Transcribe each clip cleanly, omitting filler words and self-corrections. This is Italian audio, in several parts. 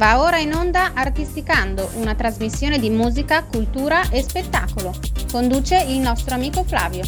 Va ora in onda Artisticando, una trasmissione di musica, cultura e spettacolo. Conduce il nostro amico Flavio.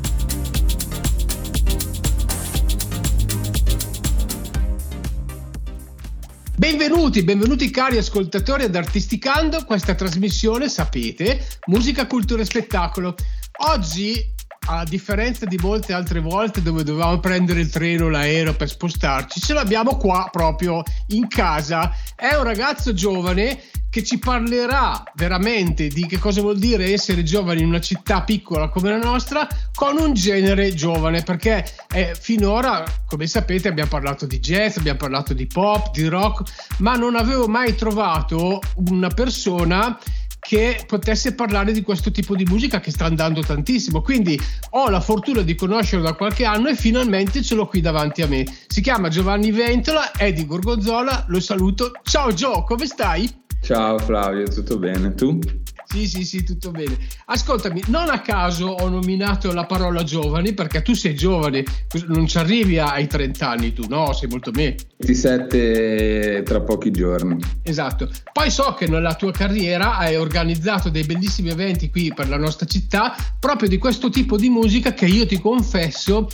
Benvenuti cari ascoltatori ad Artisticando, questa trasmissione, sapete, musica, cultura e spettacolo. Oggi, a differenza di molte altre volte dove dovevamo prendere il treno o l'aereo per spostarci, ce l'abbiamo qua proprio in casa. È un ragazzo giovane che ci parlerà veramente di che cosa vuol dire essere giovani in una città piccola come la nostra con un genere giovane, perché finora, come sapete, abbiamo parlato di jazz, abbiamo parlato di pop, di rock, ma non avevo mai trovato una persona che potesse parlare di questo tipo di musica che sta andando tantissimo. Quindi ho la fortuna di conoscerlo da qualche anno e finalmente ce l'ho qui davanti a me. Si chiama Giovanni Ventola, è di Gorgonzola, lo saluto. Ciao Gio, come stai? Ciao Flavio, tutto bene? Tu? Sì, tutto bene. Ascoltami, non a caso ho nominato la parola giovani, perché tu sei giovane, non ci arrivi ai 30 anni tu, no? Sei molto meno. 27 tra pochi giorni. Esatto. Poi so che nella tua carriera hai organizzato dei bellissimi eventi qui per la nostra città, proprio di questo tipo di musica che io ti confesso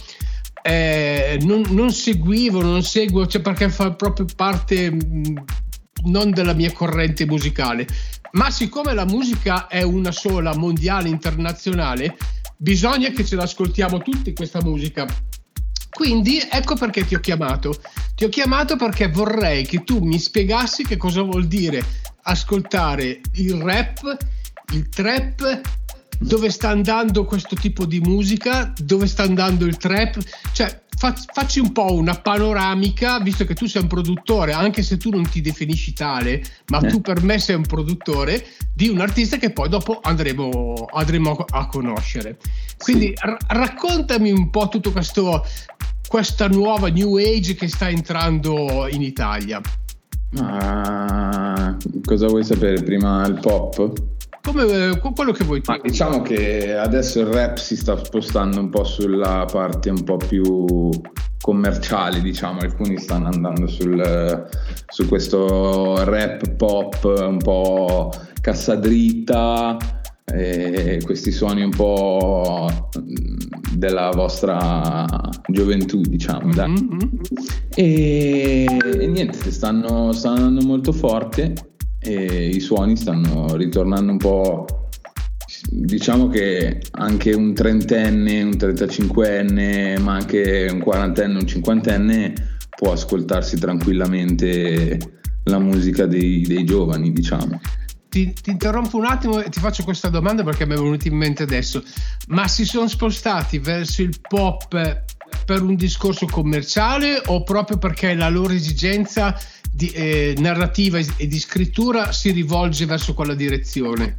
non seguo, cioè perché fa proprio parte non della mia corrente musicale. Ma siccome la musica è una sola, mondiale, internazionale, bisogna che ce l'ascoltiamo tutti questa musica. Quindi ecco perché ti ho chiamato. Ti ho chiamato perché vorrei che tu mi spiegassi che cosa vuol dire ascoltare il rap, il trap, dove sta andando questo tipo di musica, dove sta andando il trap, cioè facci un po' una panoramica, visto che tu sei un produttore, anche se tu non ti definisci tale, ma tu per me sei un produttore di un artista che poi dopo andremo a conoscere. Quindi raccontami un po' tutto questa nuova new age che sta entrando in Italia. Cosa vuoi sapere? Prima il pop? Come quello che vuoi tu. Ma diciamo che adesso il rap si sta spostando un po' sulla parte un po' più commerciale, diciamo. Alcuni stanno andando su questo rap pop un po' cassadritta, questi suoni un po' della vostra gioventù, diciamo. Dai. E niente, stanno andando molto forte e i suoni stanno ritornando un po'. Diciamo che anche un trentenne, un 35enne, ma anche un quarantenne, un cinquantenne può ascoltarsi tranquillamente la musica dei giovani, diciamo. Ti interrompo un attimo e ti faccio questa domanda perché mi è venuta in mente adesso. Ma si sono spostati verso il pop per un discorso commerciale o proprio perché la loro esigenza narrativa e di scrittura si rivolge verso quella direzione?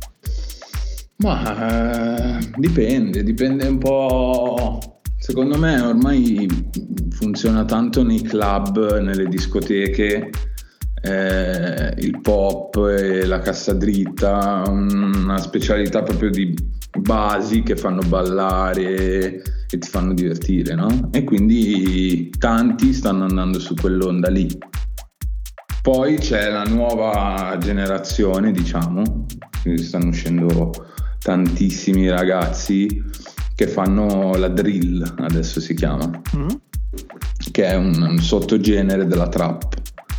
Ma dipende un po'. Secondo me ormai funziona tanto nei club, nelle discoteche, il pop e la cassadritta, una specialità proprio di basi che fanno ballare e ti fanno divertire, no? E quindi tanti stanno andando su quell'onda lì. Poi c'è la nuova generazione, diciamo, stanno uscendo tantissimi ragazzi che fanno la drill, adesso si chiama, che è un sottogenere della trap.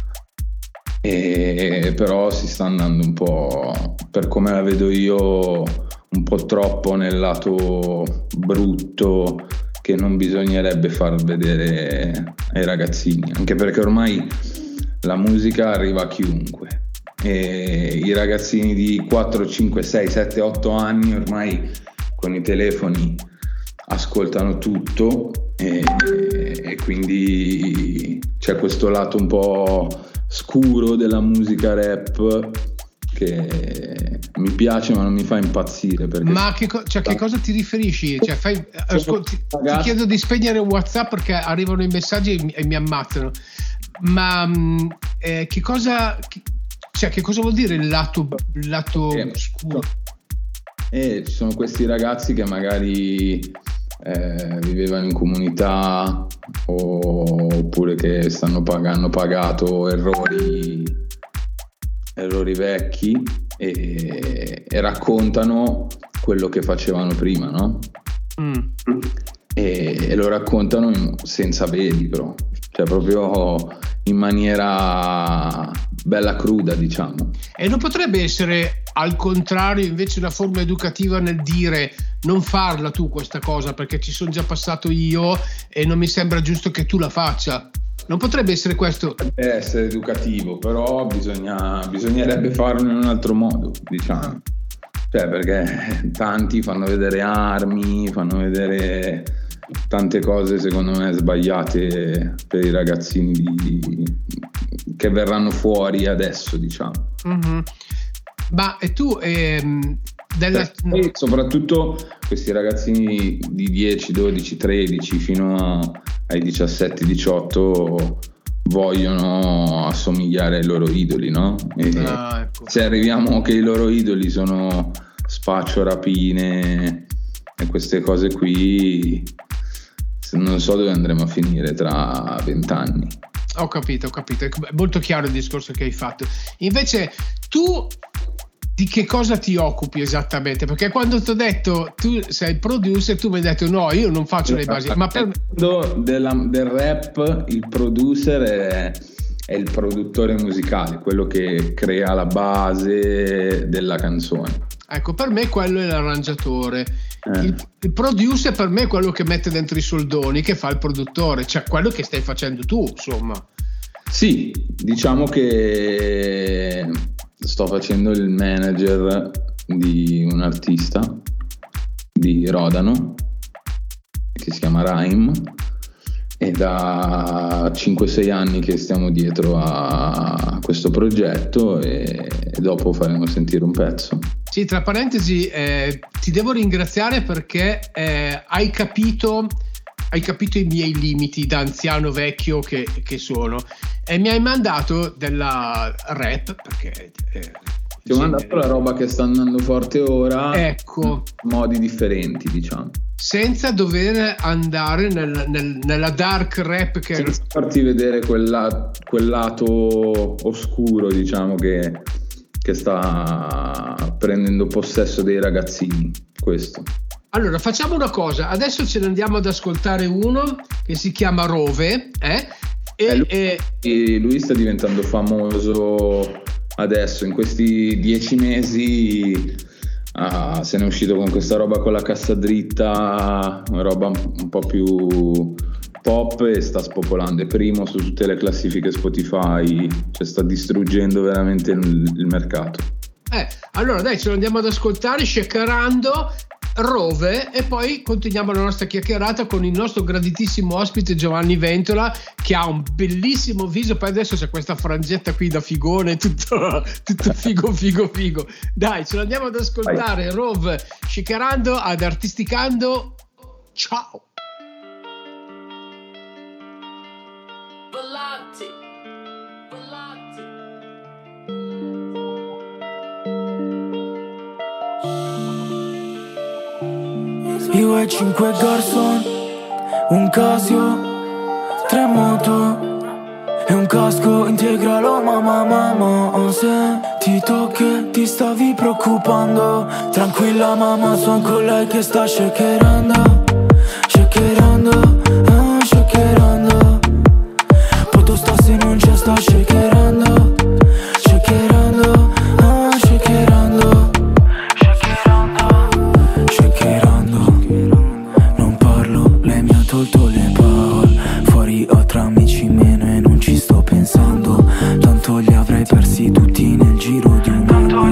E però si sta andando un po', per come la vedo io, un po' troppo nel lato brutto che non bisognerebbe far vedere ai ragazzini, anche perché ormai la musica arriva a chiunque e i ragazzini di 4, 5, 6, 7, 8 anni ormai con i telefoni ascoltano tutto e quindi c'è questo lato un po' scuro della musica rap che mi piace ma non mi fa impazzire. Ma che cosa ti riferisci? Cioè, ti chiedo di spegnere WhatsApp perché arrivano i messaggi e mi ammazzano. Ma che cosa vuol dire il lato scuro? Ci sono questi ragazzi che magari vivevano in comunità oppure che hanno pagato errori errori vecchi e raccontano quello che facevano prima, no? E lo raccontano senza veli, però, cioè proprio in maniera bella cruda, diciamo. E non potrebbe essere al contrario invece una forma educativa nel dire non farla tu questa cosa perché ci sono già passato io e non mi sembra giusto che tu la faccia? Non potrebbe essere questo? Potrebbe essere educativo, però bisognerebbe farlo in un altro modo, diciamo. Cioè, perché tanti fanno vedere armi, fanno vedere tante cose secondo me sbagliate per i ragazzini che verranno fuori adesso, diciamo. Ma e tu poi soprattutto questi ragazzini di 10, 12, 13 fino ai 17, 18 vogliono assomigliare ai loro idoli, no? Ecco. Se arriviamo che i loro idoli sono spaccio, rapine e queste cose qui, non so dove andremo a finire tra 20 anni. Ho capito, è molto chiaro il discorso che hai fatto. Invece tu di che cosa ti occupi esattamente? Perché quando ti ho detto tu sei producer, tu mi hai detto no, io non faccio le basi. Ma del rap il producer è il produttore musicale, quello che crea la base della canzone. Ecco, per me quello è l'arrangiatore. Il producer per me è quello che mette dentro i soldoni, che fa il produttore, cioè quello che stai facendo tu, insomma. Sì, diciamo che sto facendo il manager di un artista di Rodano che si chiama Rhyme, e da 5-6 anni che stiamo dietro a questo progetto e dopo faremo sentire un pezzo. Sì, tra parentesi ti devo ringraziare perché hai capito i miei limiti da anziano vecchio che sono, e mi hai mandato della rap perché ti ho mandato la roba che sta andando forte ora, ecco, modi differenti, diciamo, senza dover andare nella dark rap senza farti vedere quel lato oscuro, diciamo, che sta prendendo possesso dei ragazzini. Questo. Allora facciamo una cosa, adesso ce ne andiamo ad ascoltare uno che si chiama Rove, e lui sta diventando famoso adesso, in questi 10 mesi se ne è uscito con questa roba con la cassa dritta, una roba un po' più pop, e sta spopolando, è primo su tutte le classifiche Spotify, cioè sta distruggendo veramente il mercato. Allora dai, ce lo andiamo ad ascoltare, shakerando Rove, e poi continuiamo la nostra chiacchierata con il nostro graditissimo ospite Giovanni Ventola, che ha un bellissimo viso. Poi adesso c'è questa frangetta qui da figone, tutto figo. Dai, ce lo andiamo ad ascoltare. Vai. Rove, shakerando ad Artisticando. Ciao. Io e 5 garçon, un Casio, 3 moto e un casco integralo, mamma. Se ti tocchi ti stavi preoccupando, tranquilla mamma, son con lei che sta shakerando. Poto sta se non c'è, sta shakerando. Non parlo, lei mi ha tolto le parole. Fuori ho tra amici meno e non ci sto pensando. Tanto li avrei persi tutti nel giro di un anno.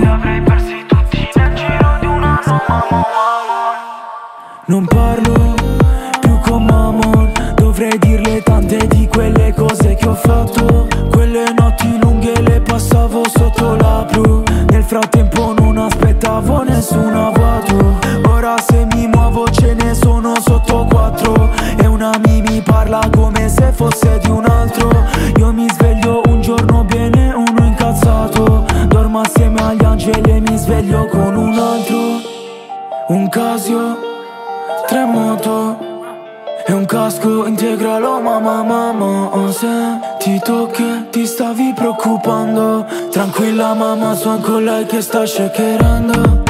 Non parlo più con Mamon, dovrei dirle tante di quelle cose che ho fatto. Quelle notti lunghe le passavo sotto la blu. Nel frattempo non aspettavo nessun avvato. Ora se mi muovo ce ne sono sotto 4. E una mi parla come se fosse di un altro. Io mi sveglio un giorno bene, uno incazzato. Dormo assieme agli angeli e mi sveglio con un altro. Un Casio, 3 moto e un casco integralo mamma, ho sentito che ti stavi preoccupando. Tranquilla mamma, sono con lei che sta shakerando.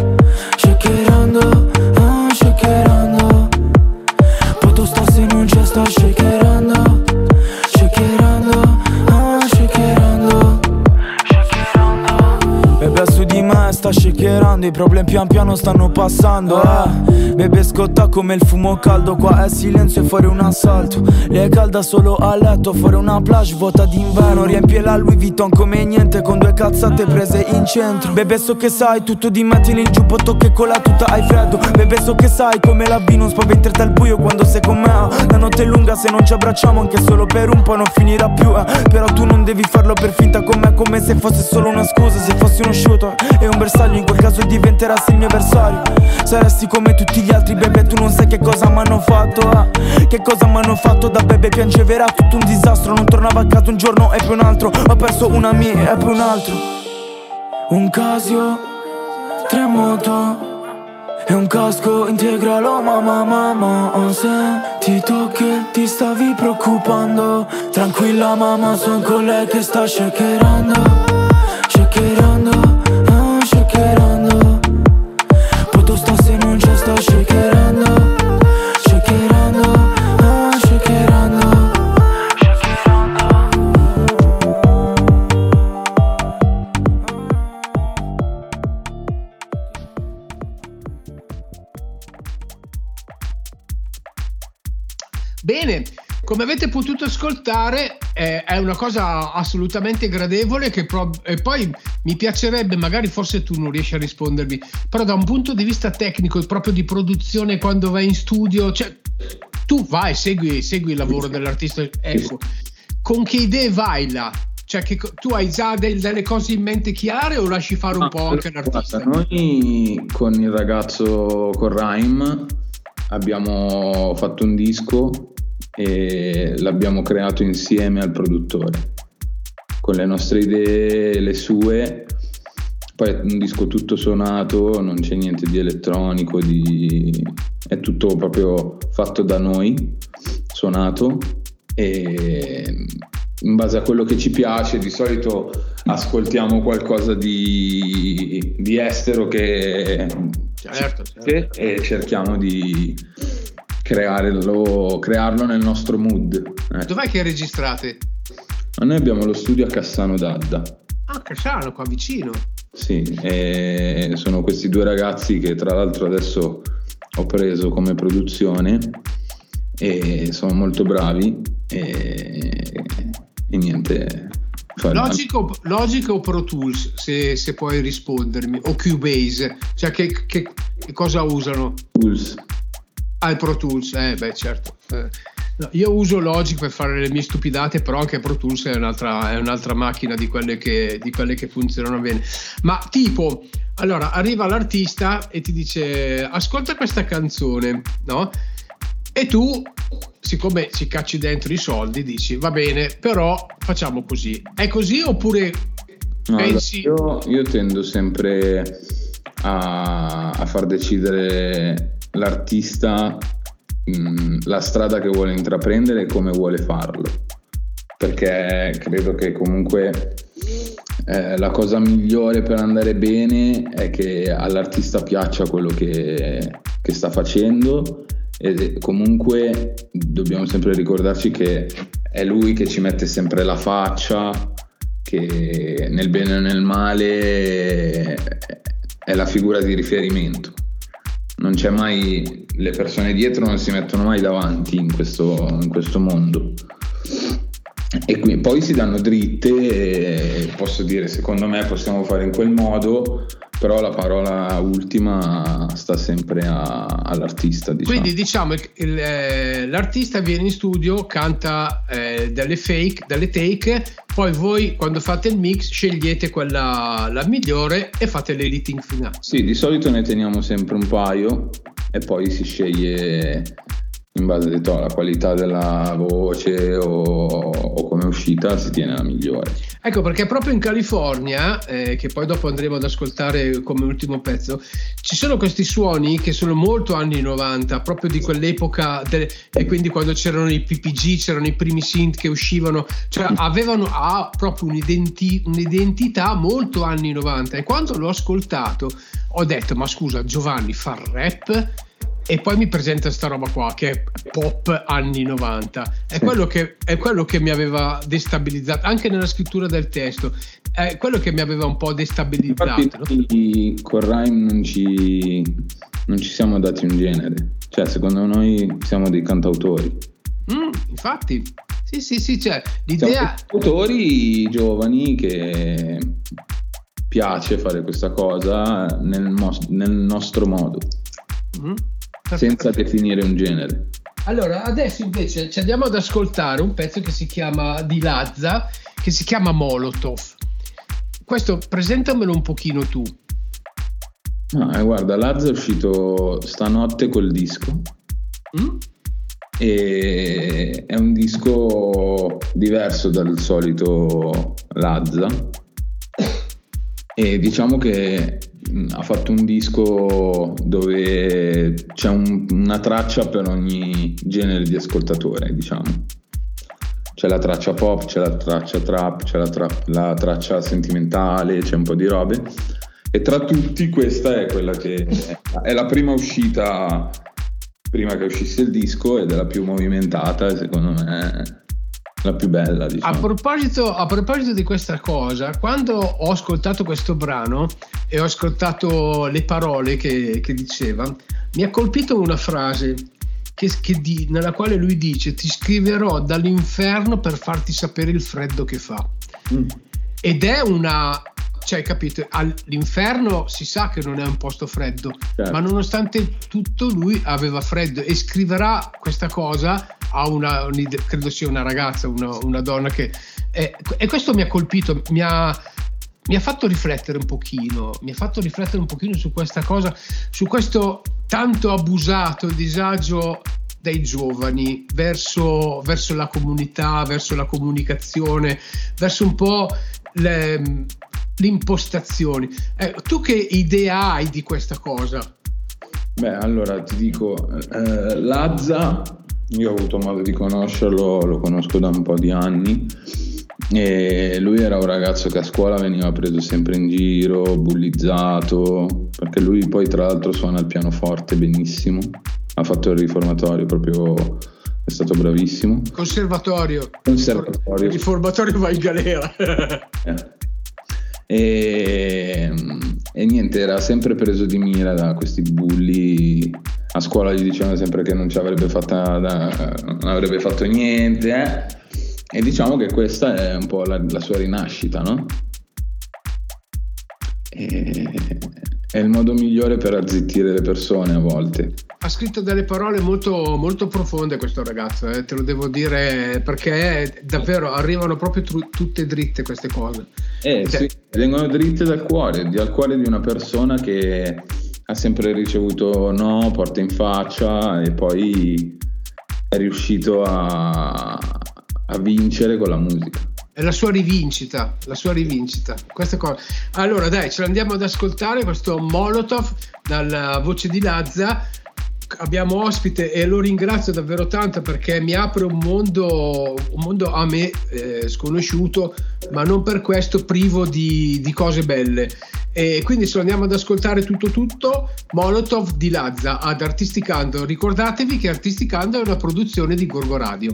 Poi tu sta se non c'è, sta shakerando. Bebe su di me sta shakerando, i problemi pian piano stanno passando, Bebe scotta come il fumo caldo, qua è silenzio e fuori un assalto. Lei è calda solo a letto, fuori una plage vuota d'inverno. Riempie la Louis Vuitton come niente, con 2 cazzate prese in centro. Bebe so che sai tutto di me, tieni il giubbotto che con la tuta hai freddo. Bebe so che sai come la B, non spaventerti al buio quando sei con me. La notte è lunga, se non ci abbracciamo anche solo per un po' non finirà più, Però tu non devi farlo per finta con me, come se fosse solo una scusa. Se fossi uno shooter e un bersaglio, in quel caso diventerassi il mio avversario. Saresti come tutti gli altri, bebe, tu non sai che cosa m'hanno fatto, Che cosa m'hanno fatto, da bebe piangeva, tutto un disastro. Non tornavo a casa un giorno e poi un altro, ho perso una mia e poi un altro. Un Casio, 3 moto e un casco integralo mamma, ho sentito che ti stavi preoccupando. Tranquilla mamma, sono con lei che sta shakerando. Poi tu sta se non c'è, sta shakerando. Bene, come avete potuto ascoltare è una cosa assolutamente gradevole e poi mi piacerebbe, magari forse tu non riesci a rispondermi, però da un punto di vista tecnico e proprio di produzione, quando vai in studio, cioè tu vai, segui il lavoro dell'artista, ecco, con che idee vai là? Cioè che tu hai già delle cose in mente chiare o lasci fare un po' anche l'artista? Noi con il ragazzo, con Rhyme, abbiamo fatto un disco e l'abbiamo creato insieme al produttore, con le nostre idee, le sue. Poi è un disco tutto suonato, non c'è niente di elettronico, è tutto proprio fatto da noi, suonato, e in base a quello che ci piace. Di solito ascoltiamo qualcosa di estero certo. E cerchiamo di crearlo nel nostro mood. Dov'è che registrate? Noi abbiamo lo studio a Cassano d'Adda. Ah, Cassano, qua vicino. Sì, e sono questi 2 ragazzi che tra l'altro adesso ho preso come produzione e sono molto bravi e niente. Logic o Pro Tools, se puoi rispondermi, o Cubase, cioè che cosa usano? Tools. Il Pro Tools, certo. No, io uso Logic per fare le mie stupidate, però anche Pro Tools è un'altra macchina di quelle che funzionano bene. Ma tipo, allora arriva l'artista e ti dice ascolta questa canzone, no? E tu, siccome ci cacci dentro i soldi, dici va bene, però facciamo così. È così oppure pensi? Io tendo sempre a far decidere l'artista la strada che vuole intraprendere e come vuole farlo, perché credo che comunque la cosa migliore per andare bene è che all'artista piaccia quello che sta facendo, e comunque dobbiamo sempre ricordarci che è lui che ci mette sempre la faccia, che nel bene o nel male è la figura di riferimento. Non c'è mai, le persone dietro non si mettono mai davanti in questo mondo, e qui poi si danno dritte, e posso dire, secondo me possiamo fare in quel modo, però la parola ultima sta sempre all'artista, diciamo. Quindi diciamo l'artista viene in studio, canta delle take, poi voi quando fate il mix scegliete quella la migliore e fate l'editing finale. Sì, di solito ne teniamo sempre un paio e poi si sceglie in base alla qualità della voce o come è uscita. uscita si tiene la migliore. Ecco perché proprio in California, che poi dopo andremo ad ascoltare come ultimo pezzo, ci sono questi suoni che sono molto anni 90, proprio di quell'epoca, e quindi quando c'erano i PPG, c'erano i primi synth che uscivano, cioè avevano proprio un'identità molto anni 90, e quando l'ho ascoltato ho detto: ma scusa, Giovanni fa rap? E poi mi presenta sta roba qua che è pop anni 90. È quello che mi aveva destabilizzato anche nella scrittura del testo, è quello che mi aveva un po' destabilizzato. Infatti, no? Con Rhyme non ci siamo dati un genere, cioè secondo noi siamo dei cantautori. Infatti sì, cioè l'idea, siamo autori giovani che piace fare questa cosa nel nostro modo. Senza definire un genere. Allora adesso invece ci andiamo ad ascoltare un pezzo che si chiama di Lazza, che si chiama Molotov. Questo presentamelo un pochino tu. Guarda, Lazza è uscito stanotte col disco e è un disco diverso dal solito Lazza, e diciamo che ha fatto un disco dove c'è una traccia per ogni genere di ascoltatore, diciamo. C'è la traccia pop, c'è la traccia trap, c'è la traccia sentimentale, c'è un po' di robe, e tra tutti questa è quella che è la prima uscita prima che uscisse il disco, ed è la più movimentata e secondo me la più bella, diciamo. A proposito di questa cosa, quando ho ascoltato questo brano e ho ascoltato le parole che diceva, mi ha colpito una frase nella quale lui dice: ti scriverò dall'inferno per farti sapere il freddo che fa. Ed è cioè, capito, all'inferno si sa che non è un posto freddo, certo. Ma nonostante tutto lui aveva freddo, e scriverà questa cosa a credo sia una ragazza, una donna che e questo mi ha colpito, mi ha fatto riflettere un pochino su questa cosa, su questo tanto abusato disagio dei giovani verso la comunità, verso la comunicazione, verso un po' le impostazioni. Tu che idea hai di questa cosa? Beh, allora ti dico, Lazza, io ho avuto modo di conoscerlo, lo conosco da un po' di anni, e lui era un ragazzo che a scuola veniva preso sempre in giro, bullizzato, perché lui poi tra l'altro suona il pianoforte benissimo, ha fatto il riformatorio, proprio è stato bravissimo. Conservatorio. Il riformatorio va in galera. E niente, era sempre preso di mira da questi bulli. A scuola gli dicevano sempre che non avrebbe fatto niente, e diciamo che questa è un po' la sua rinascita, no? È il modo migliore per azzittire le persone a volte. Ha scritto delle parole molto, molto profonde questo ragazzo, te lo devo dire, perché davvero arrivano proprio tutte dritte queste cose. Sì, vengono dritte dal cuore di una persona che ha sempre ricevuto no, porta in faccia, e poi è riuscito a vincere con la musica. È la sua rivincita, queste cose. Allora dai, ce l'andiamo ad ascoltare, questo Molotov dalla voce di Lazza. Abbiamo ospite e lo ringrazio davvero tanto, perché mi apre un mondo a me sconosciuto, ma non per questo privo di cose belle. E quindi se lo andiamo ad ascoltare tutto, Molotov di Lazza ad Artisticando. Ricordatevi che Artisticando è una produzione di Gorgo Radio.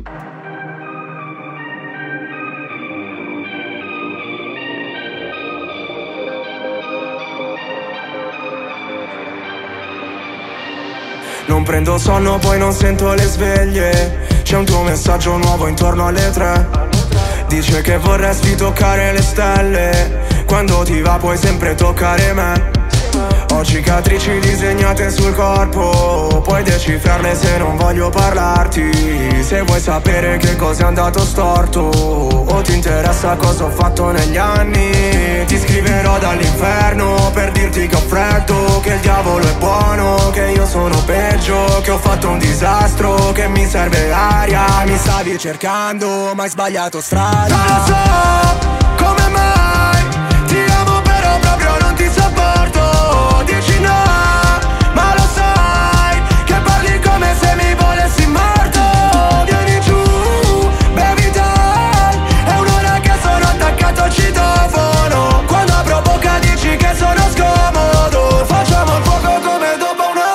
Non prendo sonno, poi non sento le sveglie. C'è un tuo messaggio nuovo intorno alle 3. Dice che vorresti toccare le stelle. Quando ti va puoi sempre toccare me. Ho cicatrici disegnate sul corpo, puoi decifrarle se non voglio parlarti. Se vuoi sapere che cosa è andato storto, o ti interessa cosa ho fatto negli anni. Ti scriverò dall'inferno per dirti che ho freddo, che il diavolo è buono, che io sono peggio, che ho fatto un disastro, che mi serve aria. Mi stavi cercando ma hai sbagliato strada. Non lo so come mai ti amo però proprio non ti sopporto. Dici no ma lo sai che parli come se mi volessi morto. Vieni giù, bevi dai, è un'ora che sono attaccato al citofono. Quando apro bocca dici che sono scomodo. Facciamo il fuoco come dopo una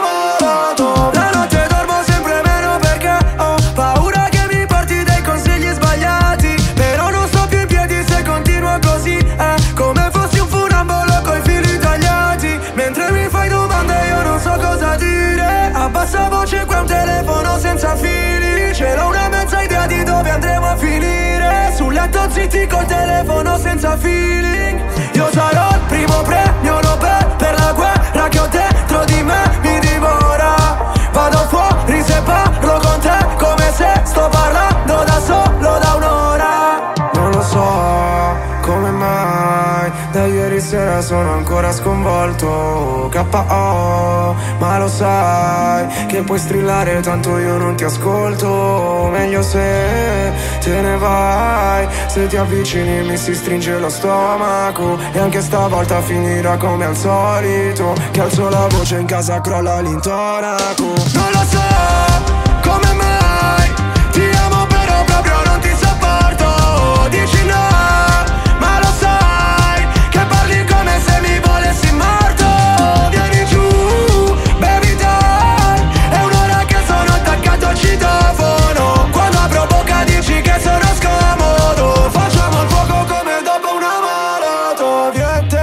moto. La notte dormo sempre meno perché ho paura che mi porti dei consigli sbagliati. Però non sto più in piedi se continuo così. È come fossi un funambolo coi fili tagliati. Mentre mi fai domande io non so cosa dire. A bassa voce qua un telefono senza fili. C'era una mezza idea di dove andremo a finire. Sul letto zitti col telefono senza feeling. Io sarò il primo premio Nobel per la guerra che ho dentro di me mi dimora. Vado fuori se parlo con te come se sto parlando da solo da un'ora. Non lo so come mai da ieri sera sono ancora sconvolto. K.O. ma lo sai che puoi strillare tanto io non ti ascolto. Meglio se te ne vai, se ti avvicini mi si stringe lo stomaco. E anche stavolta finirà come al solito, che alzo la voce in casa crolla l'intonaco. Non lo so come mai ti amo però proprio non ti sopporto. Dici no ma lo sai che parli come se mi volessi morto. Vieni giù, bevi dai, è un'ora che sono attaccato al citofono. Quando apro bocca dici che sono scomodo. Facciamo il fuoco come dopo una maratona.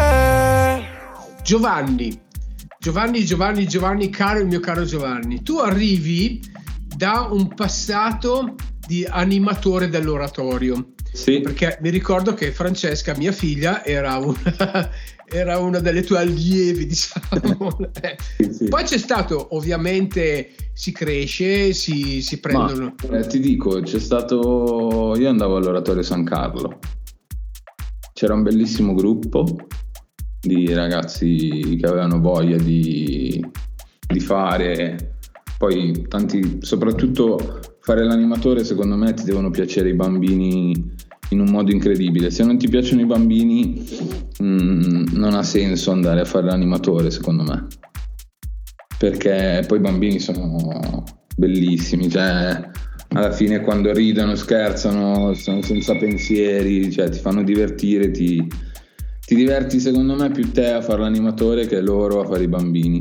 Giovanni, caro il mio caro Giovanni, tu arrivi da un passato di animatore dell'oratorio. Sì. Perché mi ricordo che Francesca, mia figlia, era una delle tue allievi, diciamo. Sì. Poi c'è stato, ovviamente, si cresce, si prendono. Ma, ti dico, c'è stato. Io andavo all'oratorio San Carlo. C'era un bellissimo gruppo di ragazzi che avevano voglia di fare. Poi tanti, soprattutto fare l'animatore, secondo me ti devono piacere i bambini in un modo incredibile. Se non ti piacciono i bambini non ha senso andare a fare l'animatore, secondo me, perché poi i bambini sono bellissimi, cioè alla fine quando ridono, scherzano, sono senza pensieri, cioè ti fanno divertire, ti diverti secondo me più te a fare l'animatore che loro a fare i bambini.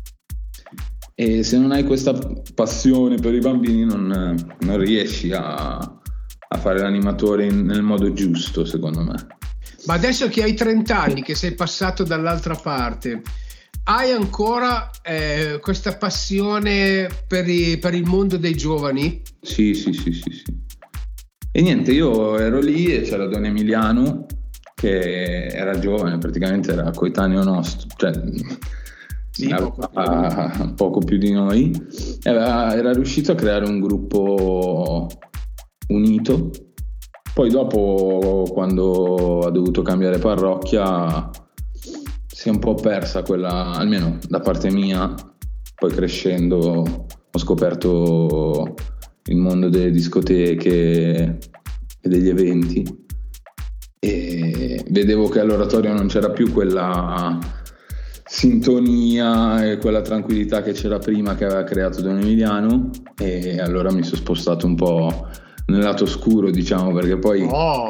E se non hai questa passione per i bambini non riesci a fare l'animatore nel modo giusto, secondo me. Ma adesso che hai 30 anni, che sei passato dall'altra parte, hai ancora questa passione per il mondo dei giovani? Sì. E niente, io ero lì e c'era Don Emiliano, che era giovane, praticamente era coetaneo nostro, cioè sì, poco più di noi. Era riuscito a creare un gruppo unito. Poi dopo, quando ha dovuto cambiare parrocchia, si è un po' persa quella, almeno da parte mia. Poi crescendo ho scoperto il mondo delle discoteche e degli eventi e vedevo che all'oratorio non c'era più quella sintonia e quella tranquillità che c'era prima, che aveva creato Don Emiliano, e allora mi sono spostato un po' nel lato oscuro, diciamo, perché poi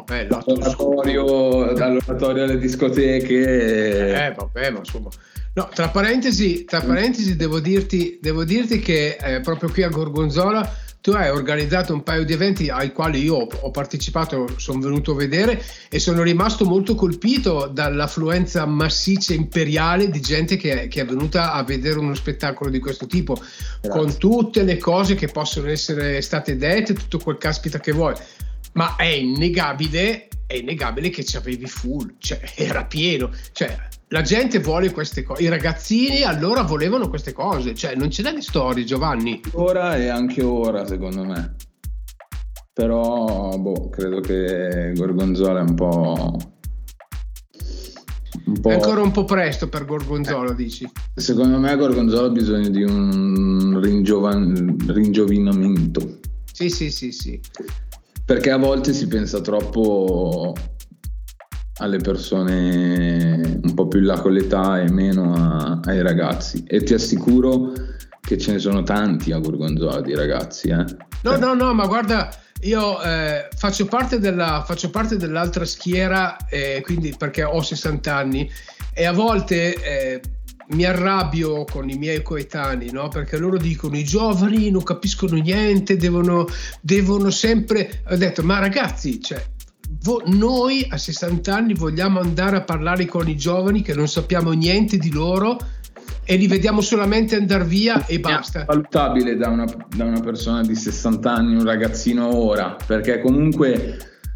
dall'oratorio alle discoteche vabbè, ma insomma, no, tra parentesi devo dirti che proprio qui a Gorgonzola tu hai organizzato un paio di eventi ai quali io ho partecipato, sono venuto a vedere e sono rimasto molto colpito dall'affluenza massiccia imperiale di gente che è venuta a vedere uno spettacolo di questo tipo. Grazie. Con tutte le cose che possono essere state dette, tutto quel caspita che vuoi, ma è innegabile che ci avevi full, cioè era pieno, cioè la gente vuole queste cose, i ragazzini allora volevano queste cose, cioè non ce n'è di storie, Giovanni. Ora e anche ora, secondo me, però credo che Gorgonzola è un po'... È ancora un po' presto per Gorgonzola, dici? Secondo me Gorgonzola ha bisogno di un ringiovinamento. Sì. Perché a volte si pensa troppo alle persone un po' più in là con l'età e meno ai ragazzi, e ti assicuro che ce ne sono tanti a Gorgonzola di ragazzi. No, ma guarda, io faccio parte dell'altra schiera, quindi perché ho 60 anni e a volte mi arrabbio con i miei coetanei, no? Perché loro dicono i giovani non capiscono niente, devono sempre... Ho detto, ma ragazzi, cioè, noi a 60 anni vogliamo andare a parlare con i giovani che non sappiamo niente di loro e li vediamo solamente andare via e basta. È valutabile da una persona di 60 anni, un ragazzino ora, perché comunque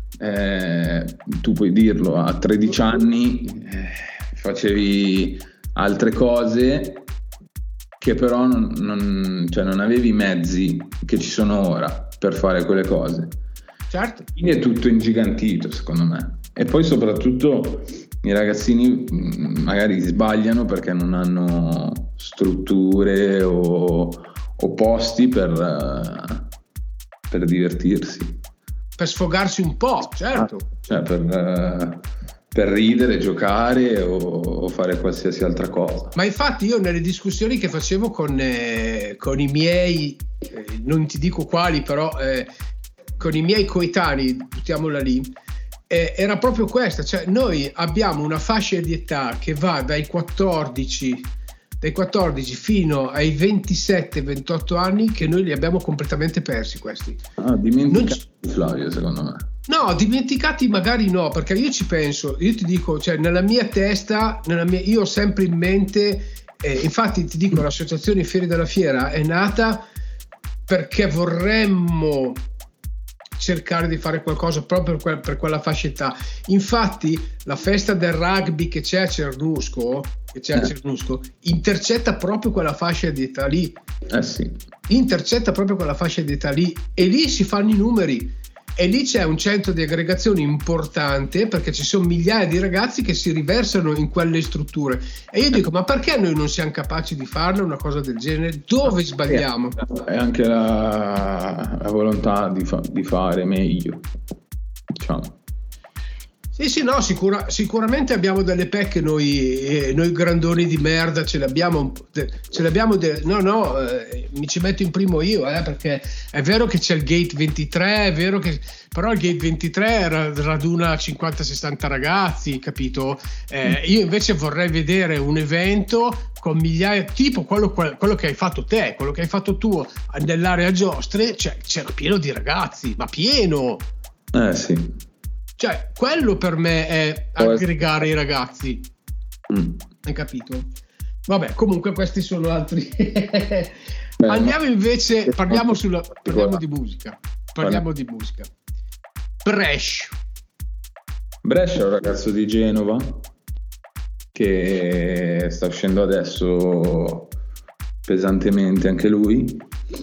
tu puoi dirlo, a 13 anni facevi altre cose che però non avevi i mezzi che ci sono ora per fare quelle cose. Certo. Quindi è tutto ingigantito, secondo me. E poi soprattutto i ragazzini magari sbagliano perché non hanno strutture o posti per divertirsi, per sfogarsi un po', certo. Cioè per ridere, giocare o fare qualsiasi altra cosa. Ma infatti io nelle discussioni che facevo con i miei, non ti dico quali, però con i miei coetanei, buttiamola lì, era proprio questa, cioè noi abbiamo una fascia di età che va dai 14 fino ai 27-28 anni che noi li abbiamo completamente persi questi. Dimenticati, Flavio, secondo me. No, dimenticati magari no, perché io ci penso, io ti dico, cioè nella mia testa, io ho sempre in mente, infatti ti dico, l'associazione Fieri della Fiera è nata perché vorremmo cercare di fare qualcosa proprio per quella fascia età. Infatti la festa del rugby che c'è a Cernusco intercetta proprio quella fascia di età lì. Sì. Intercetta proprio quella fascia di età lì e lì si fanno i numeri e lì c'è un centro di aggregazione importante perché ci sono migliaia di ragazzi che si riversano in quelle strutture e io dico, ma perché noi non siamo capaci di farlo una cosa del genere? Dove sbagliamo? È anche la volontà di fare meglio, diciamo. Sì, no, sicuramente abbiamo delle pecche noi grandoni di merda, ce le abbiamo mi ci metto in primo io, perché è vero che c'è il Gate 23, è vero che però il Gate 23 raduna 50-60 ragazzi, capito? Io invece vorrei vedere un evento con migliaia, tipo quello che hai fatto te, quello che hai fatto tu nell'area giostre, cioè c'era pieno di ragazzi, ma pieno. Sì. Cioè, quello per me è aggregare i ragazzi. Hai capito? Vabbè, comunque questi sono altri. Andiamo invece, parliamo di musica. Parliamo di musica. Brescia è un ragazzo di Genova che sta uscendo adesso pesantemente anche lui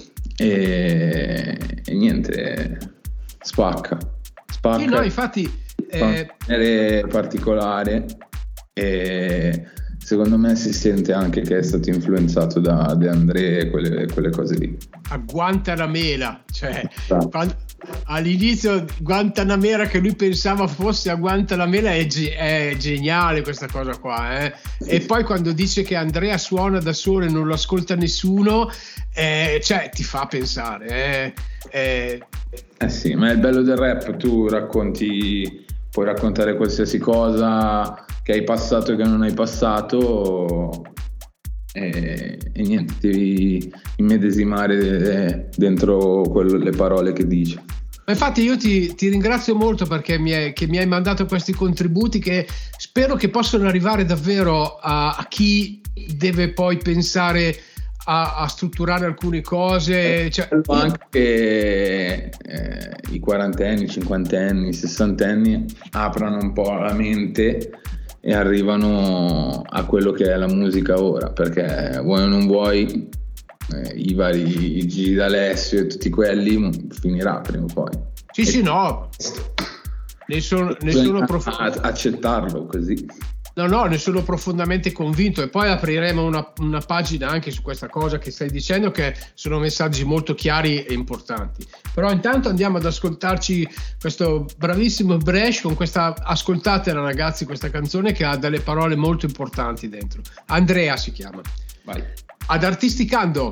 e niente, spacca. Sì, no, infatti è particolare e secondo me si sente anche che è stato influenzato da De André e quelle cose lì. A Guantanamera, cioè all'inizio Guantanamera che lui pensava fosse a Guantanamera è geniale questa cosa qua, e poi quando dice che Andrea suona da solo e non lo ascolta nessuno, cioè ti fa pensare sì, ma è il bello del rap, tu puoi raccontare qualsiasi cosa che hai passato e che non hai passato e niente, devi immedesimare dentro le parole che dici. Infatti io ti ringrazio molto perché mi hai mandato questi contributi che spero che possano arrivare davvero a chi deve poi pensare a strutturare alcune cose, cioè, anche i quarantenni, cinquantenni, sessantenni aprano un po' la mente e arrivano a quello che è la musica ora, perché vuoi o non vuoi i vari Gigi D'Alessio e tutti quelli finirà prima o poi. Sì, no, ne sono accettarlo così. No, ne sono profondamente convinto, e poi apriremo una pagina anche su questa cosa che stai dicendo, che sono messaggi molto chiari e importanti. Però intanto andiamo ad ascoltarci questo bravissimo Bresh con questa, ascoltatela ragazzi, questa canzone che ha delle parole molto importanti dentro. Andrea si chiama. Vai. Ad Artisticando.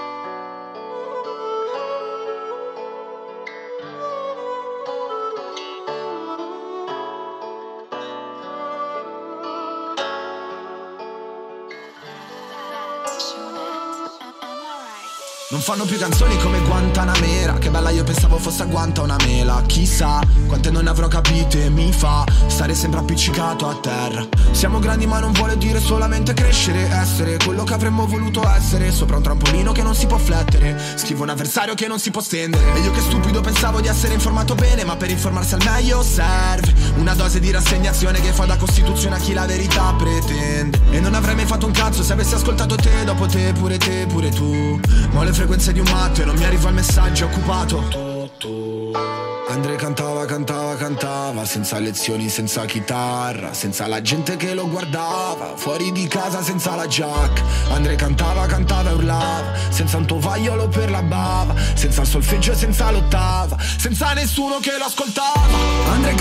Non fanno più canzoni come Guantanamera, che bella, io pensavo fosse a Guanta una mela. Chissà quante non ne avrò capite, mi fa stare sempre appiccicato a terra. Siamo grandi ma non vuole dire solamente crescere, essere quello che avremmo voluto essere, sopra un trampolino che non si può flettere, scrivo un avversario che non si può stendere. E io che stupido pensavo di essere informato bene, ma per informarsi al meglio serve una dose di rassegnazione che fa da Costituzione a chi la verità pretende. E non avrei mai fatto un cazzo se avessi ascoltato te, dopo te pure tu. Ma le frequenze di un matto e non mi arriva il messaggio occupato. Andrea cantava, senza lezioni, senza chitarra, senza la gente che lo guardava, fuori di casa senza la giacca. Andrea cantava e urlava, senza un tovagliolo per la bava, senza il solfeggio e senza l'ottava, senza nessuno che lo ascoltava. Andrea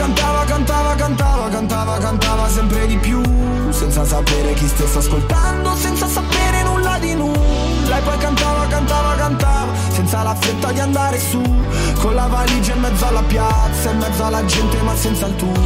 cantava sempre di più, senza sapere chi stesse ascoltando, senza sapere nulla di nulla. E poi cantava, senza la fretta di andare su, con la valigia in mezzo alla piazza, in mezzo alla gente ma senza il tour.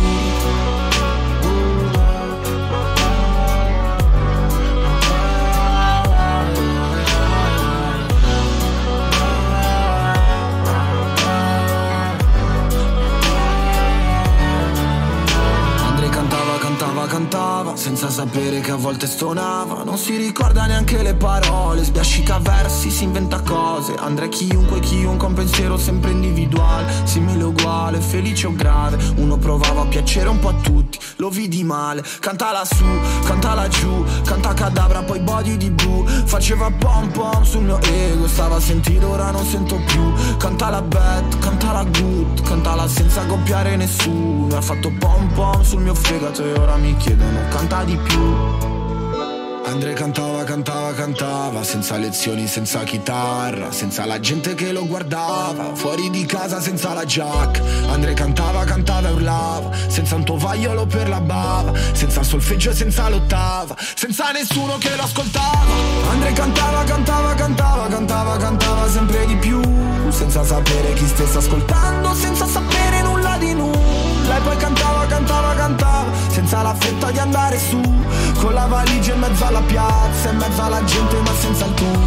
Cantava, senza sapere che a volte stonava, non si ricorda neanche le parole, sbiascica versi, si inventa cose. Andrea chiunque un pensiero sempre individuale, simile uguale, felice o grave. Uno provava a piacere un po' a tutti, lo vidi male. Cantala su, cantala giù, canta cadavra poi body di blu. Faceva pom pom sul mio ego, stava a sentire ora non sento più. Cantala bad, cantala good, cantala senza copiare nessuno. Ha fatto pom pom sul mio fegato e ora mi chiedono canta di più. Andrea cantava, senza lezioni, senza chitarra, senza la gente che lo guardava, fuori di casa senza la giacca. Andrea cantava e urlava, senza un tovagliolo per la bava, senza il solfeggio e senza l'ottava, senza nessuno che lo ascoltava. Andrea cantava sempre di più, senza sapere chi stesse ascoltando, senza sapere nulla di nulla. E poi cantava, senza la fretta di andare su, con la valigia in mezzo alla piazza, in mezzo alla gente ma senza il tour.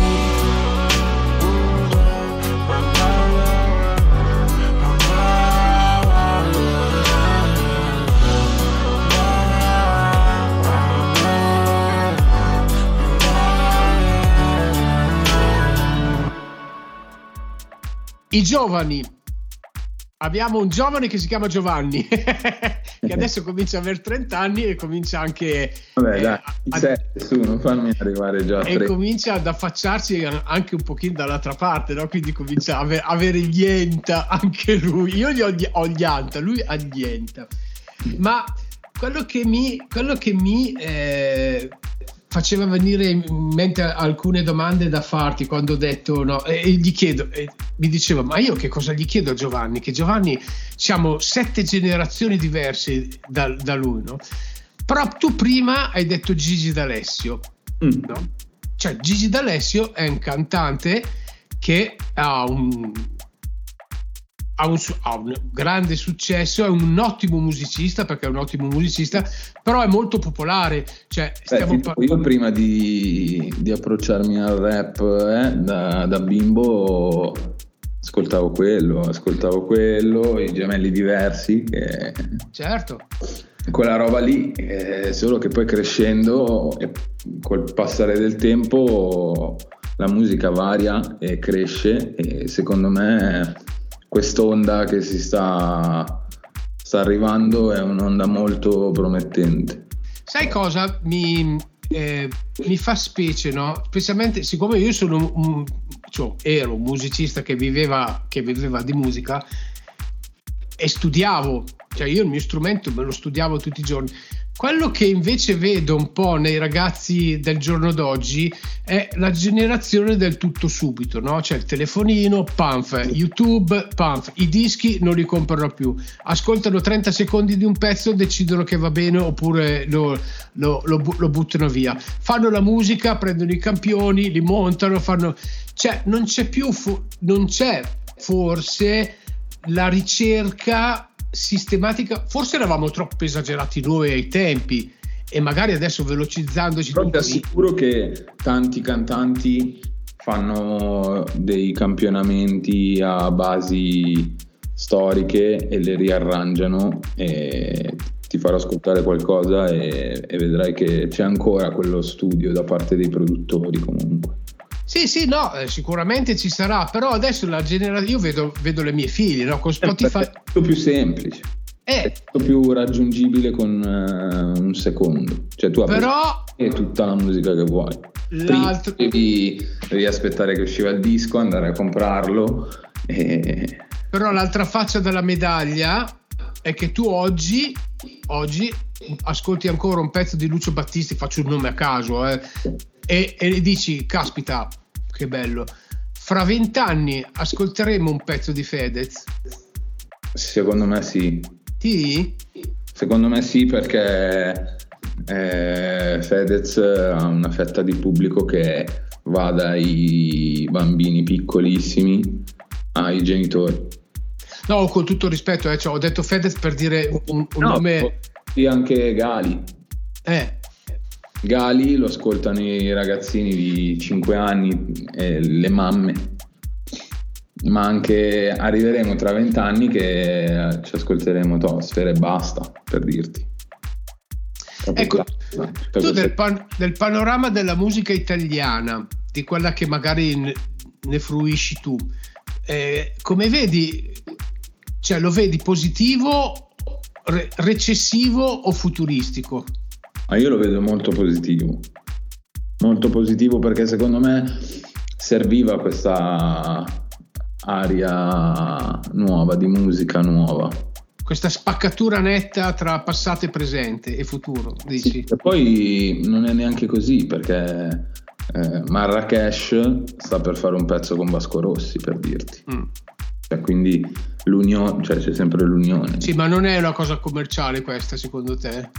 I giovani. Abbiamo un giovane che si chiama Giovanni che adesso comincia a avere 30 anni e comincia anche non fammi arrivare già a 30. E comincia ad affacciarsi anche un pochino dall'altra parte, no? Quindi comincia a avere ghienta anche lui. Io gli ho ghianta, lui ha ghienta. Ma quello che mi faceva venire in mente alcune domande da farti quando ho detto no, e gli chiedo, mi diceva, ma io che cosa gli chiedo a Giovanni? Che Giovanni siamo 7 generazioni diverse da lui, no? Però tu prima hai detto Gigi D'Alessio, no? Cioè Gigi D'Alessio è un cantante che ha un grande successo, è un ottimo musicista, perché è un ottimo musicista, però è molto popolare. Cioè, io prima di approcciarmi al rap da bimbo ascoltavo quello, i Gemelli Diversi, che certo, quella roba lì, solo che poi crescendo e col passare del tempo la musica varia e cresce, e secondo me quest'onda che si sta arrivando è un'onda molto promettente. Sai cosa mi fa specie, no? Specialmente siccome io sono ero un musicista che viveva di musica, e studiavo, cioè io il mio strumento me lo studiavo tutti i giorni. Quello che invece vedo un po' nei ragazzi del giorno d'oggi è la generazione del tutto subito, no? Cioè il telefonino, pamf, YouTube, pamf, i dischi non li comprano più, ascoltano 30 secondi di un pezzo, decidono che va bene oppure lo buttano via. Fanno la musica, prendono i campioni, li montano, cioè non c'è più, non c'è forse la ricerca sistematica, forse eravamo troppo esagerati noi ai tempi e magari adesso velocizzandoci. Però ti assicuro che tanti cantanti fanno dei campionamenti a basi storiche e le riarrangiano, e ti farò ascoltare qualcosa e vedrai che c'è ancora quello studio da parte dei produttori comunque. Sì, no, sicuramente ci sarà, però adesso la generazione, io vedo le mie figlie, no, con Spotify è tutto più semplice, è tutto più raggiungibile con un secondo, cioè tu apri tutta la musica che vuoi. Devi aspettare che usciva il disco, andare a comprarlo Però l'altra faccia della medaglia è che tu oggi ascolti ancora un pezzo di Lucio Battisti, faccio un nome a caso, e dici caspita che bello, fra 20 anni ascolteremo un pezzo di Fedez? Secondo me sì. Sì? Secondo me sì, perché Fedez ha una fetta di pubblico che va dai bambini piccolissimi ai genitori. No, con tutto rispetto, cioè, ho detto Fedez per dire un nome. Sì, anche Gali. Gali lo ascoltano i ragazzini di 5 anni e le mamme, ma anche arriveremo tra 20 anni che ci ascolteremo Sfera e basta, per dirti. Ecco, tu del panorama della musica italiana, di quella che magari ne fruisci tu, come vedi, cioè lo vedi positivo, recessivo o futuristico? Io lo vedo molto positivo perché secondo me serviva questa aria nuova, di musica nuova, questa spaccatura netta tra passato e presente e futuro, dici? Sì, e poi non è neanche così, perché Marrakesh sta per fare un pezzo con Vasco Rossi, per dirti. Cioè, quindi l'unione, cioè c'è sempre l'unione. Sì, ma non è una cosa commerciale questa, secondo te?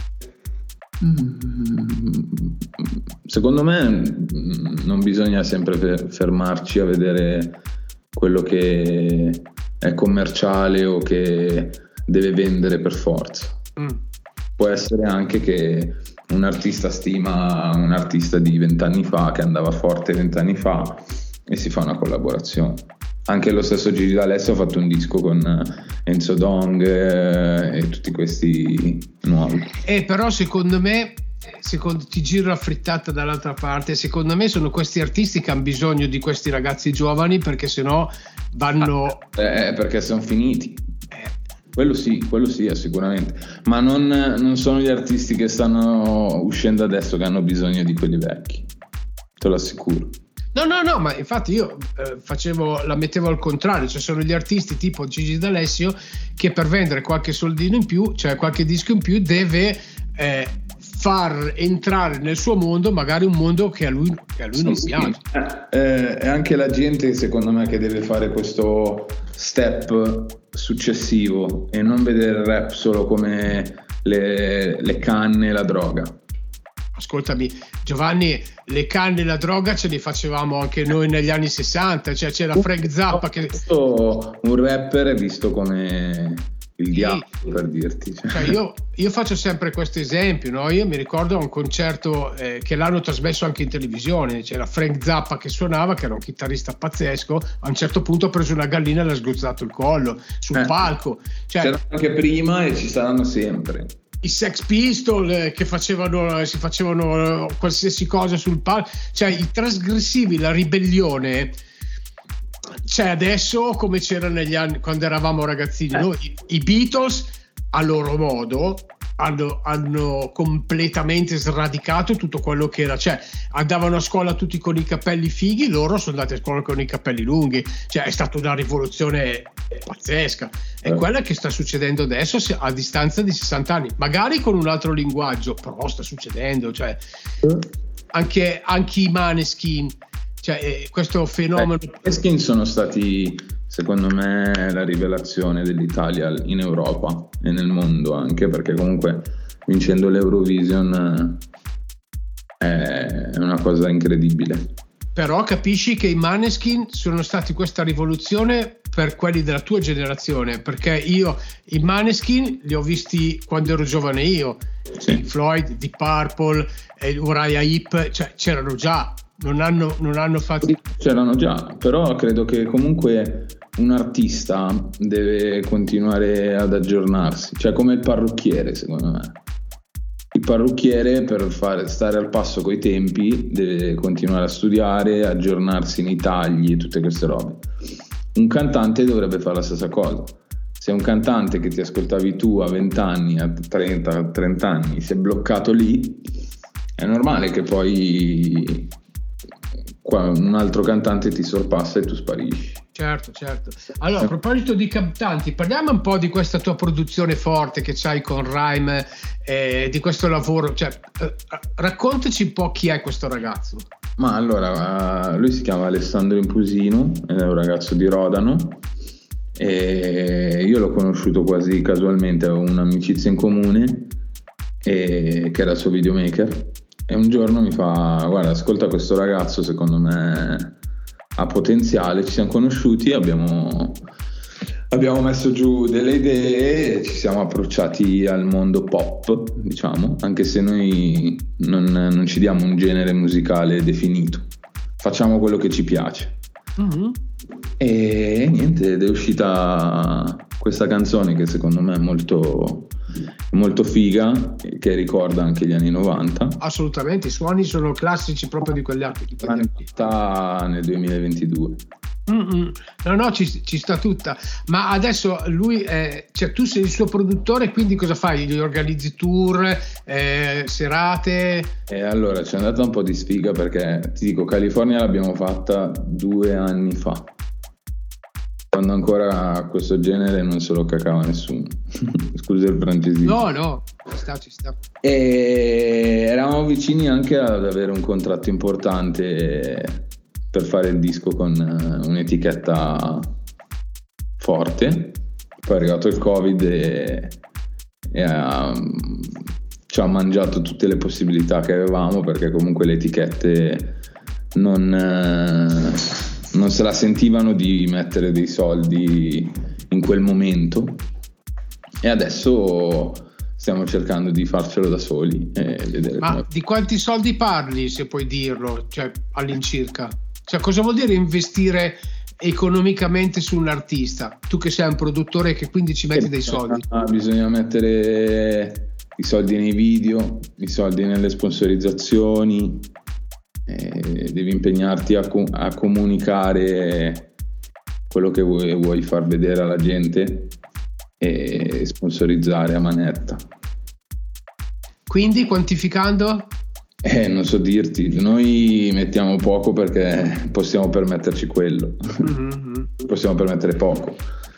Secondo me non bisogna sempre fermarci a vedere quello che è commerciale o che deve vendere per forza. Può essere anche che un artista stima un artista di 20 anni fa che andava forte 20 anni fa e si fa una collaborazione. Anche lo stesso Gigi D'Alessio ha fatto un disco con Enzo Dong e tutti questi nuovi. Però secondo me, ti giro la frittata dall'altra parte, secondo me sono questi artisti che hanno bisogno di questi ragazzi giovani, perché sennò vanno... perché sono finiti. Quello sì, sicuramente. Ma non sono gli artisti che stanno uscendo adesso che hanno bisogno di quelli vecchi. Te lo assicuro. No, ma infatti io la mettevo al contrario, cioè sono gli artisti tipo Gigi D'Alessio che per vendere qualche soldino in più, cioè qualche disco in più, deve far entrare nel suo mondo magari un mondo che a lui non piace. È anche la gente, secondo me, che deve fare questo step successivo e non vedere il rap solo come le canne e la droga. Ascoltami Giovanni, le canne e la droga ce le facevamo anche noi negli anni 60, cioè c'era Frank Zappa che... Un rapper è visto come il diavolo, per dirti. Cioè io faccio sempre questo esempio, no? Io mi ricordo un concerto che l'hanno trasmesso anche in televisione, c'era Frank Zappa che suonava, che era un chitarrista pazzesco, a un certo punto ha preso una gallina e le ha sgozzato il collo sul palco. Cioè, c'era anche prima e ci saranno sempre. I Sex Pistols che si facevano qualsiasi cosa sul palco, cioè i trasgressivi, la ribellione c'è adesso come c'era negli anni quando eravamo ragazzini. Noi, i Beatles a loro modo, hanno completamente sradicato tutto quello che era, cioè andavano a scuola tutti con i capelli fighi, loro sono andati a scuola con i capelli lunghi, cioè è stata una rivoluzione pazzesca, è quella che sta succedendo adesso a distanza di 60 anni, magari con un altro linguaggio, però sta succedendo, cioè anche i Maneskin, cioè questo fenomeno. I Maneskin sono stati, secondo me, la rivelazione dell'Italia in Europa e nel mondo, anche perché comunque vincendo l'Eurovision è una cosa incredibile. Però capisci che i Maneskin sono stati questa rivoluzione per quelli della tua generazione, perché io i Maneskin li ho visti quando ero giovane io, sì. Floyd, Deep Purple, Uriah Heep, cioè c'erano già, non hanno fatto. C'erano già, però credo che comunque un artista deve continuare ad aggiornarsi, cioè come il parrucchiere, secondo me. Il parrucchiere, per stare al passo coi tempi, deve continuare a studiare, aggiornarsi nei tagli e tutte queste robe. Un cantante dovrebbe fare la stessa cosa. Se un cantante che ti ascoltavi tu a 20 anni, a 30 anni, si è bloccato lì, è normale che poi un altro cantante ti sorpassa e tu sparisci. Certo. Allora, a proposito di cantanti, parliamo un po' di questa tua produzione forte che c'hai con Rhyme, di questo lavoro, cioè, raccontaci un po' chi è questo ragazzo. Ma allora, lui si chiama Alessandro Impusino, è un ragazzo di Rodano e io l'ho conosciuto quasi casualmente, avevo un'amicizia in comune che era il suo videomaker, e un giorno mi fa: guarda, ascolta questo ragazzo, secondo me ha potenziale. Ci siamo conosciuti, abbiamo messo giù delle idee e ci siamo approcciati al mondo pop, diciamo, anche se noi non ci diamo un genere musicale definito, facciamo quello che ci piace. Mm-hmm. E niente, ed è uscita questa canzone che secondo me è molto figa, che ricorda anche gli anni 90. Assolutamente, i suoni sono classici proprio di quegli anni. Nel 2022. No, ci sta tutta. Ma adesso lui cioè tu sei il suo produttore, quindi cosa fai? Gli organizzi tour, serate? E allora c'è andata un po' di sfiga, perché ti dico, California l'abbiamo fatta 2 anni fa, quando ancora questo genere non se lo cacava nessuno. Scusa il francesismo. No, ci sta. E eravamo vicini anche ad avere un contratto importante per fare il disco con un'etichetta forte. Poi è arrivato il Covid e ci ha mangiato tutte le possibilità che avevamo, perché comunque le etichette non se la sentivano di mettere dei soldi in quel momento, e adesso stiamo cercando di farcelo da soli e vedere. Ma di quanti soldi parli, se puoi dirlo, cioè all'incirca? Cioè, cosa vuol dire investire economicamente su un artista? Tu che sei un produttore, che quindi ci metti dei soldi. Bisogna mettere i soldi nei video, i soldi nelle sponsorizzazioni, devi impegnarti a comunicare quello che vuoi far vedere alla gente e sponsorizzare a manetta. Quindi, quantificando? Non so dirti, noi mettiamo poco perché possiamo permetterci quello. Mm-hmm. Possiamo permettere poco,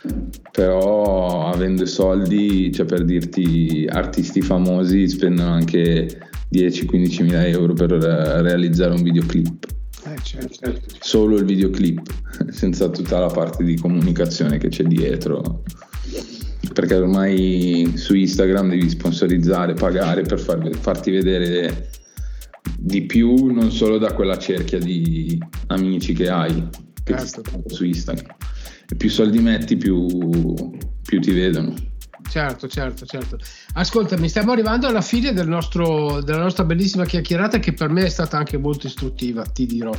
però avendo soldi, cioè, per dirti, artisti famosi spendono anche 10-15 mila euro per realizzare un videoclip. Certo. Solo il videoclip, senza tutta la parte di comunicazione che c'è dietro, perché ormai su Instagram devi sponsorizzare, pagare per farti vedere di più, non solo da quella cerchia di amici che hai, che certo, su Instagram. E più soldi metti, più ti vedono. Certo. Ascoltami, stiamo arrivando alla fine della nostra bellissima chiacchierata, che per me è stata anche molto istruttiva, ti dirò.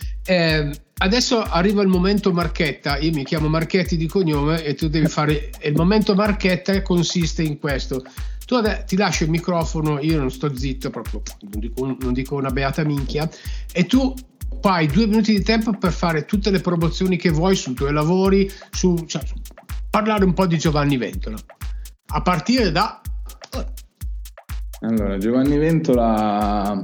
Adesso arriva il momento Marchetta. Io mi chiamo Marchetti di cognome e tu devi fare il momento Marchetta. Consiste in questo: tu ti lascio il microfono, io non sto zitto, proprio non dico una beata minchia, e tu hai 2 minuti di tempo per fare tutte le promozioni che vuoi sui tuoi lavori, parlare un po' di Giovanni Ventola, a partire da Allora, Giovanni Ventola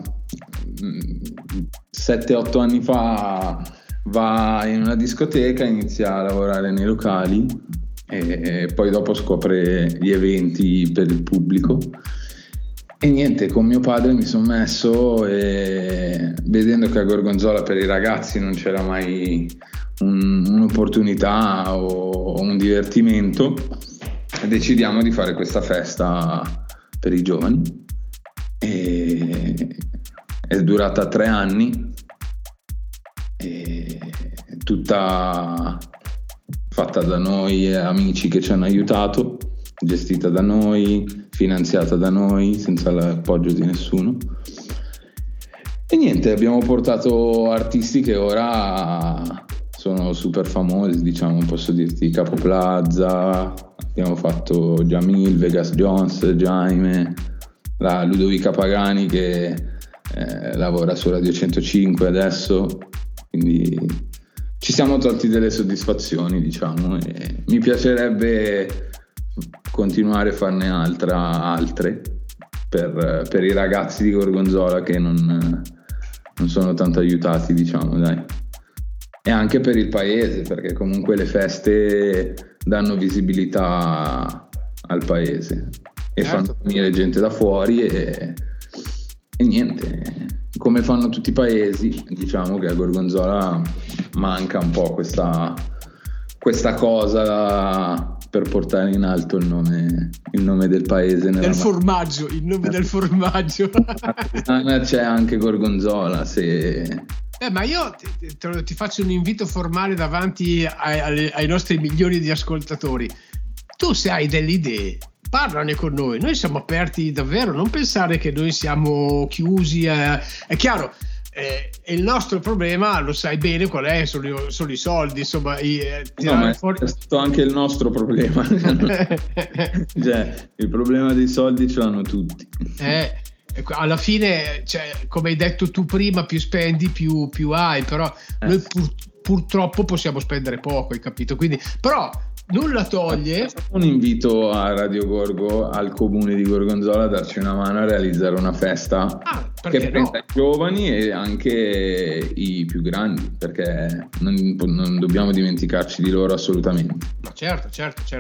7-8 anni fa va in una discoteca, inizia a lavorare nei locali e poi dopo scopre gli eventi per il pubblico. E niente, con mio padre mi sono messo e vedendo che a Gorgonzola per i ragazzi non c'era mai un'opportunità o un divertimento, decidiamo di fare questa festa per i giovani. E è durata 3 anni, e tutta fatta da noi, amici che ci hanno aiutato, gestita da noi, finanziata da noi, senza l'appoggio di nessuno. E niente, abbiamo portato artisti che ora sono super famosi, diciamo, posso dirti Capo Plaza, abbiamo fatto Jamil, Vegas Jones, Jaime, la Ludovica Pagani che lavora su Radio 105 adesso, quindi ci siamo tolti delle soddisfazioni, diciamo, e mi piacerebbe continuare a farne altre per i ragazzi di Gorgonzola che non sono tanto aiutati, diciamo, dai. E anche per il paese, perché comunque le feste danno visibilità al paese e fanno venire gente da fuori e niente, come fanno tutti i paesi, diciamo che a Gorgonzola manca un po' questa cosa per portare in alto il nome del paese. Del formaggio, il nome del formaggio. C'è anche Gorgonzola, se... ma io ti faccio un invito formale davanti ai nostri milioni di ascoltatori. Tu, se hai delle idee, parlane con noi siamo aperti davvero, non pensare che noi siamo chiusi. È chiaro, il nostro problema, lo sai bene qual è, sono i soldi, insomma. Ma è stato anche il nostro problema. Cioè, il problema dei soldi ce l'hanno tutti. Alla fine, cioè, come hai detto tu prima, più spendi più hai, però noi purtroppo possiamo spendere poco, hai capito? Quindi, però nulla toglie. Un invito a Radio Gorgo, al comune di Gorgonzola, a darci una mano a realizzare una festa che prenda i giovani e anche i più grandi, perché non dobbiamo dimenticarci di loro assolutamente. Ma certo.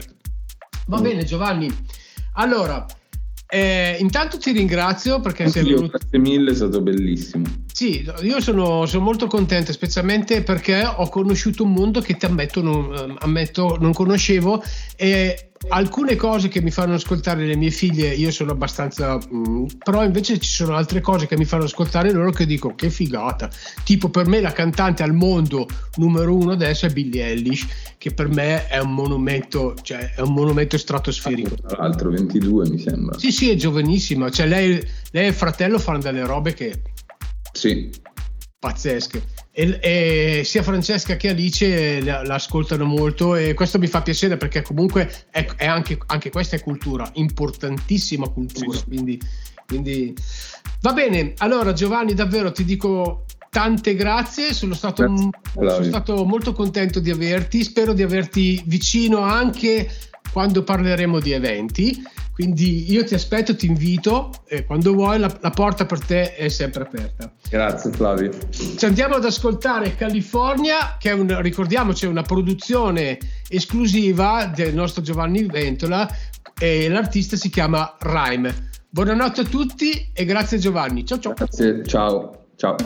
Va bene, Giovanni, allora intanto ti ringrazio perché sei venuto. Grazie mille, è stato bellissimo. Sì, io sono molto contento, specialmente perché ho conosciuto un mondo che ti ammetto non conoscevo, e alcune cose che mi fanno ascoltare le mie figlie io sono abbastanza però invece ci sono altre cose che mi fanno ascoltare loro che dico che figata, tipo per me la cantante al mondo numero 1 adesso è Billie Eilish, che per me è un monumento, cioè è un monumento stratosferico. Tra l'altro 22 mi sembra. Sì, è giovanissima, cioè lei e il fratello fanno delle robe che sì, pazzesche, e sia Francesca che Alice l'ascoltano molto, e questo mi fa piacere perché comunque è anche questa è cultura, importantissima cultura, sì. Quindi va bene. Allora Giovanni, davvero ti dico tante grazie, sono stato molto contento di averti, spero di averti vicino anche quando parleremo di eventi, quindi io ti aspetto, ti invito, e quando vuoi la porta per te è sempre aperta. Grazie Flavio. Ci andiamo ad ascoltare California, che è ricordiamoci, è una produzione esclusiva del nostro Giovanni Ventola, e l'artista si chiama Rhyme. Buonanotte a tutti e grazie Giovanni. Ciao. Grazie, ciao.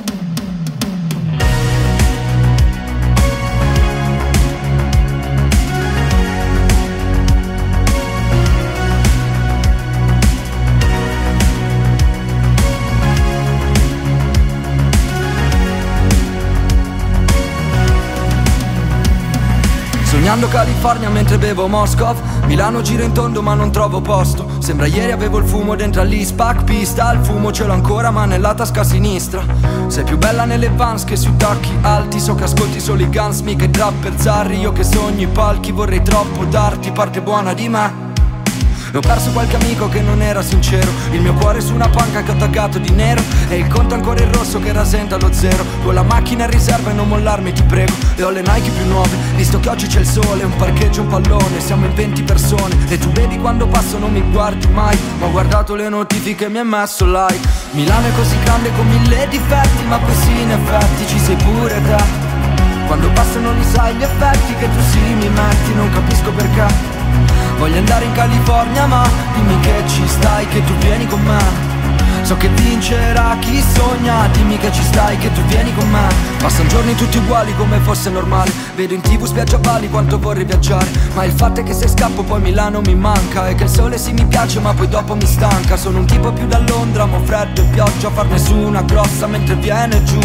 Sognando California mentre bevo Moscov, Milano gira in tondo ma non trovo posto. Sembra ieri avevo il fumo dentro all'Ispac pista, il fumo ce l'ho ancora ma nella tasca sinistra. Sei più bella nelle Vans che sui tacchi alti, so che ascolti solo i Guns, mica i trapper zarri. Io che sogno i palchi vorrei troppo darti parte buona di me. E ho perso qualche amico che non era sincero, il mio cuore su una panca che ho taggato di nero, e il conto ancora in rosso che rasenta lo zero. Con la macchina in riserva e non mollarmi ti prego, e ho le Nike più nuove, visto che oggi c'è il sole, un parcheggio, un pallone, siamo in 20 persone. E tu vedi quando passo non mi guardi mai, ma ho guardato le notifiche e mi hai messo like. Milano è così grande con 1000 difetti, ma poi sì in effetti ci sei pure te. Quando passano li sai gli effetti che tu sì mi metti, non capisco perché. Voglio andare in California ma dimmi che ci stai, che tu vieni con me. So che vincerà chi sogna, dimmi che ci stai, che tu vieni con me. Passano giorni tutti uguali come fosse normale, vedo in TV spiaggia Bali quanto vorrei viaggiare, ma il fatto è che se scappo poi Milano mi manca, e che il sole sì mi piace ma poi dopo mi stanca. Sono un tipo più da Londra, mo freddo e pioggia, far nessuna grossa mentre viene giù.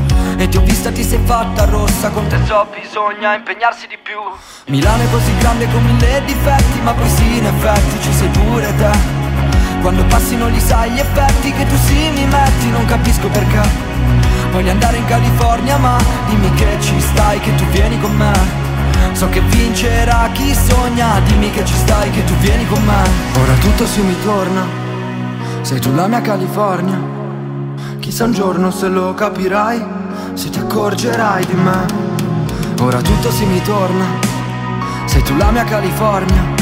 E ti ho vista, ti sei fatta rossa, con te so bisogna impegnarsi di più. Milano è così grande con 1000 difetti, ma poi sì in effetti ci sei pure te. Quando passi non li sai gli effetti che tu sì mi metti, non capisco perché. Voglio andare in California ma dimmi che ci stai, che tu vieni con me. So che vincerà chi sogna, dimmi che ci stai, che tu vieni con me. Ora tutto si mi torna, sei tu la mia California. Chissà un giorno se lo capirai, se ti accorgerai di me. Ora tutto si mi torna, sei tu la mia California.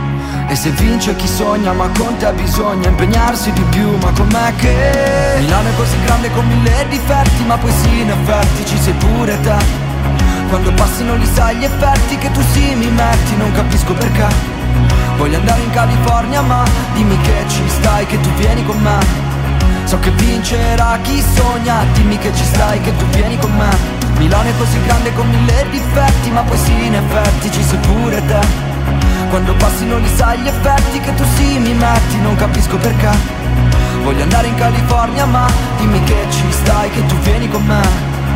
E se vince chi sogna, ma con te bisogna impegnarsi di più. Ma com'è che Milano è così grande con 1000 difetti, ma poi sì in effetti ci sei pure te. Quando passi non li sai gli effetti che tu sì mi metti, non capisco perché. Voglio andare in California ma dimmi che ci stai, che tu vieni con me. So che vincerà chi sogna, dimmi che ci stai, che tu vieni con me. Milano è così grande con 1000 difetti, ma poi sì in effetti ci sei pure te. Quando passi non li sai gli effetti che tu sì mi metti, non capisco perché. Voglio andare in California ma dimmi che ci stai, che tu vieni con me.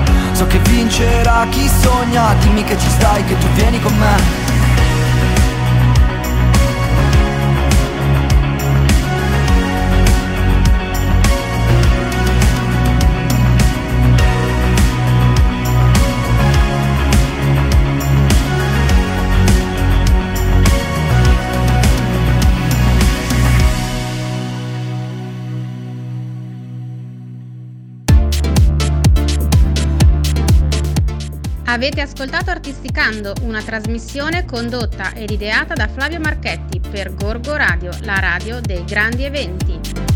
So che vincerà chi sogna, dimmi che ci stai, che tu vieni con me. Avete ascoltato Artisticando, una trasmissione condotta ed ideata da Flavio Marchetti per Gorgo Radio, la radio dei grandi eventi.